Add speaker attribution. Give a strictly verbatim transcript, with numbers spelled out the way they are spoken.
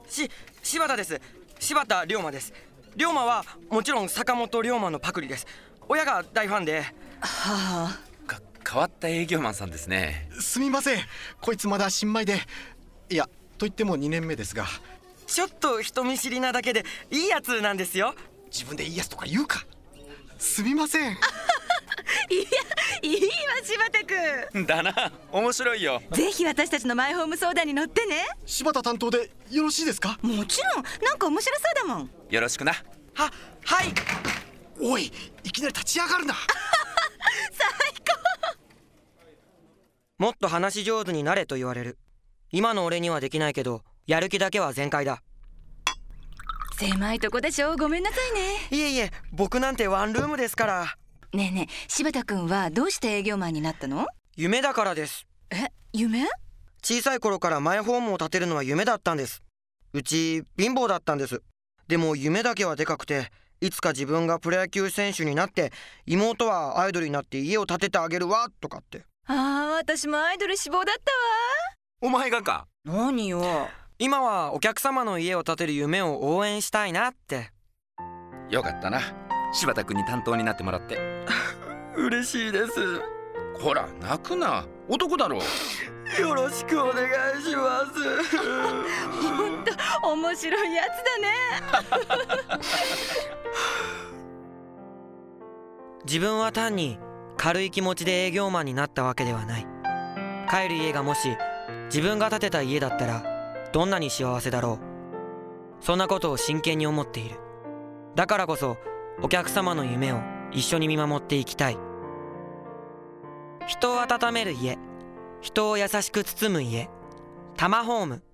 Speaker 1: し柴田です。柴田龍馬です。龍馬はもちろん坂本龍馬のパクリです。親が大ファンで。
Speaker 2: はあ、
Speaker 3: か変わった営業マンさんですね。
Speaker 4: すみません、こいつまだ新米で、いやと言ってもにねんめですが。
Speaker 1: ちょっと人見知りなだけでいいやつなんですよ。
Speaker 4: 自分でいいやつとか言うか。すみません。
Speaker 2: いやいいわ柴田くん
Speaker 3: だな、面白いよ。
Speaker 2: ぜひ私たちのマイホーム相談に乗ってね。
Speaker 4: 柴田担当でよろしいですか？
Speaker 2: もちろん、なんか面白そうだもん。
Speaker 3: よろしくな。
Speaker 1: は、はい。
Speaker 4: おい、いきなり立ち上がるな。
Speaker 2: 最高。
Speaker 1: もっと話し上手になれと言われる。今の俺にはできないけど、やる気だけは全開だ。
Speaker 2: 狭いとこでしょ、ごめんなさいね。
Speaker 1: いえいえ、僕なんてワンルームですから。
Speaker 2: ねえねえ、柴田くんはどうして営業マンになったの？
Speaker 1: 夢だからです。
Speaker 2: え、夢？
Speaker 1: 小さい頃からマイホームを建てるのは夢だったんです。うち貧乏だったんです。でも夢だけはでかくて、いつか自分がプロ野球選手になって、妹はアイドルになって家を建ててあげるわとかって。
Speaker 2: ああ、私もアイドル志望だった
Speaker 3: お前がか？
Speaker 2: わ。何よ。
Speaker 1: 今はお客様の家を建てる夢を応援したいなって。
Speaker 3: よかったな、柴田君に担当になってもらって
Speaker 1: 嬉しいです。
Speaker 3: ほら泣くな、男だろう。
Speaker 1: よろしくお願いします。
Speaker 2: ほんと面白いやつだね。
Speaker 1: 自分は単に軽い気持ちで営業マンになったわけではない。帰る家がもし自分が建てた家だったらどんなに幸せだろう。そんなことを真剣に思っている。だからこそお客様の夢を一緒に見守っていきたい。人を温める家、人を優しく包む家、タマホーム。